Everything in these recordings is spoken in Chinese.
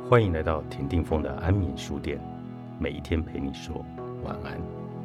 欢迎来到田定峰的安眠书店，每一天陪你说晚安。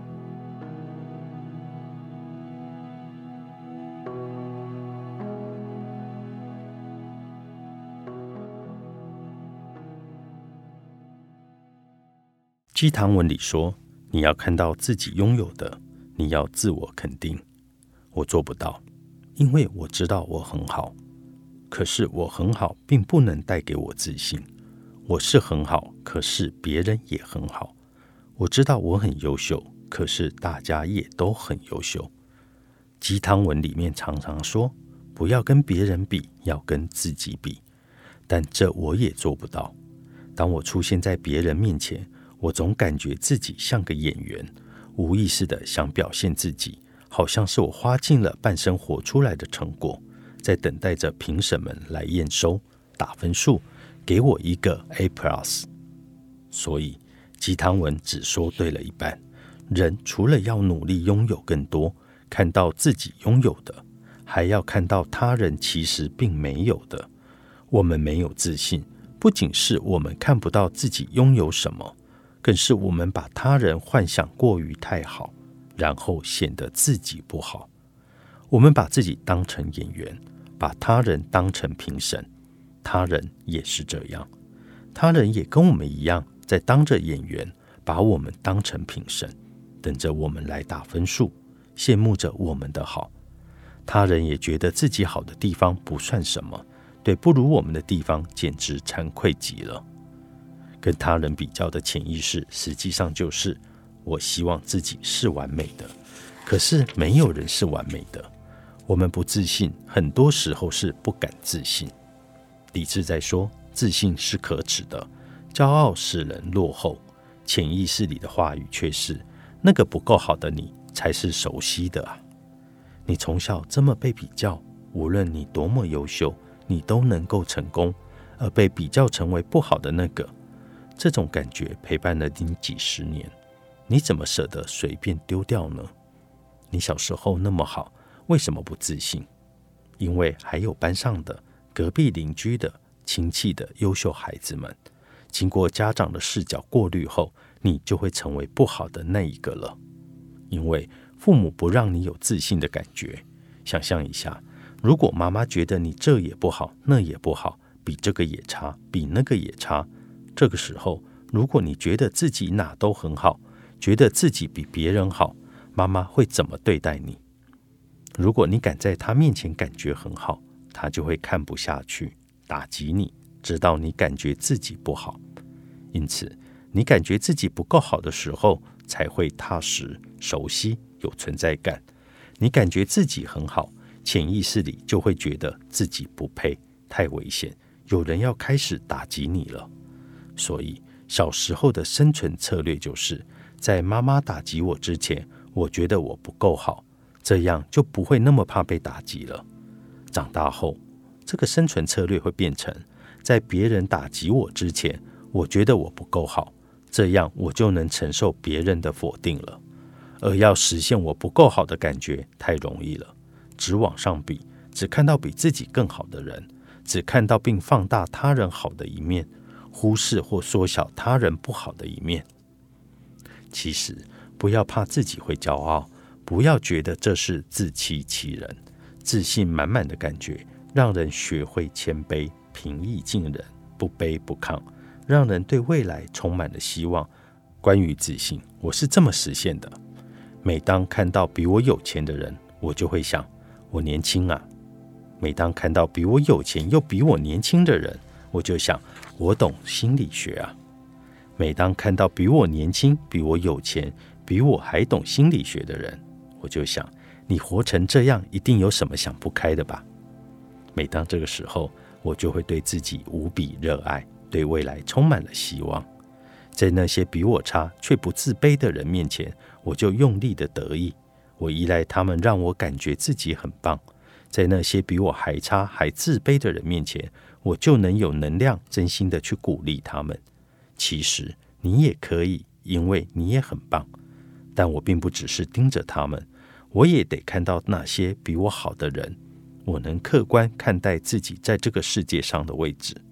鸡汤文里说，你要看到自己拥有的，你要自我肯定。我做不到，因为我知道我很好，可是我很好并不能带给我自信。我是很好，可是别人也很好。我知道我很优秀，可是大家也都很优秀。鸡汤文里面常常说，不要跟别人比，要跟自己比。但这我也做不到。当我出现在别人面前，我总感觉自己像个演员，无意识的想表现自己，好像是我花尽了半生活出来的成果，在等待着评审们来验收、打分数，给我一个 A+。所以鸡汤文只说对了一半。人除了要努力拥有更多，看到自己拥有的，还要看到他人其实并没有的。我们没有自信，不仅是我们看不到自己拥有什么，更是我们把他人幻想过于太好，然后显得自己不好。我们把自己当成演员，把他人当成评审，他人也是这样，他人也跟我们一样，在当着演员，把我们当成评审，等着我们来打分数，羡慕着我们的好。他人也觉得自己好的地方不算什么，对不如我们的地方简直惭愧极了。跟他人比较的潜意识，实际上就是我希望自己是完美的，可是没有人是完美的。我们不自信，很多时候是不敢自信。理智在说，自信是可耻的，骄傲使人落后。潜意识里的话语却是，那个不够好的你才是熟悉的啊。你从小这么被比较，无论你多么优秀，你都能够成功，而被比较成为不好的那个，这种感觉陪伴了你几十年，你怎么舍得随便丢掉呢？你小时候那么好，为什么不自信？因为还有班上的、隔壁邻居的、亲戚的优秀孩子们，经过家长的视角过滤后，你就会成为不好的那一个了。因为父母不让你有自信的感觉。想象一下，如果妈妈觉得你这也不好，那也不好，比这个也差，比那个也差，这个时候，如果你觉得自己哪都很好，觉得自己比别人好，妈妈会怎么对待你？如果你敢在她面前感觉很好，她就会看不下去，打击你，直到你感觉自己不好。因此，你感觉自己不够好的时候，才会踏实、熟悉、有存在感。你感觉自己很好，潜意识里就会觉得自己不配，太危险，有人要开始打击你了。所以，小时候的生存策略就是，在妈妈打击我之前，我觉得我不够好，这样就不会那么怕被打击了。长大后，这个生存策略会变成，在别人打击我之前，我觉得我不够好，这样我就能承受别人的否定了。而要实现我不够好的感觉太容易了，只往上比，只看到比自己更好的人，只看到并放大他人好的一面，忽视或缩小他人不好的一面。其实不要怕自己会骄傲，不要觉得这是自欺欺人。自信满满的感觉，让人学会谦卑，平易近人，不卑不亢，让人对未来充满了希望。关于自信，我是这么实现的。每当看到比我有钱的人，我就会想，我年轻啊。每当看到比我有钱又比我年轻的人，我就想，我懂心理学啊。每当看到比我年轻、比我有钱、比我还懂心理学的人，我就想，你活成这样，一定有什么想不开的吧。每当这个时候，我就会对自己无比热爱，对未来充满了希望。在那些比我差却不自卑的人面前，我就用力的得意，我依赖他们让我感觉自己很棒。在那些比我还差还自卑的人面前，我就能有能量真心的去鼓励他们。其实你也可以，因为你也很棒。但我并不只是盯着他们，我也得看到那些比我好的人，我能客观看待自己在这个世界上的位置。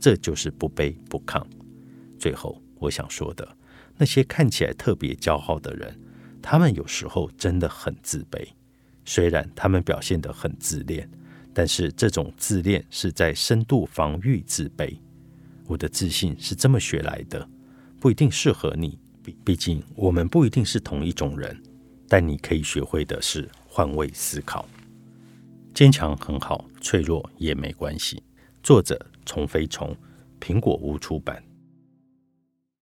这就是不卑不亢。最后我想说的，那些看起来特别骄傲的人，他们有时候真的很自卑。虽然他们表现得很自恋，但是这种自恋是在深度防御自卑。我的自信是这么学来的，不一定适合你，毕竟我们不一定是同一种人，但你可以学会的是换位思考。坚强很好，脆弱也没关系。作者：虫飞虫，苹果屋出版。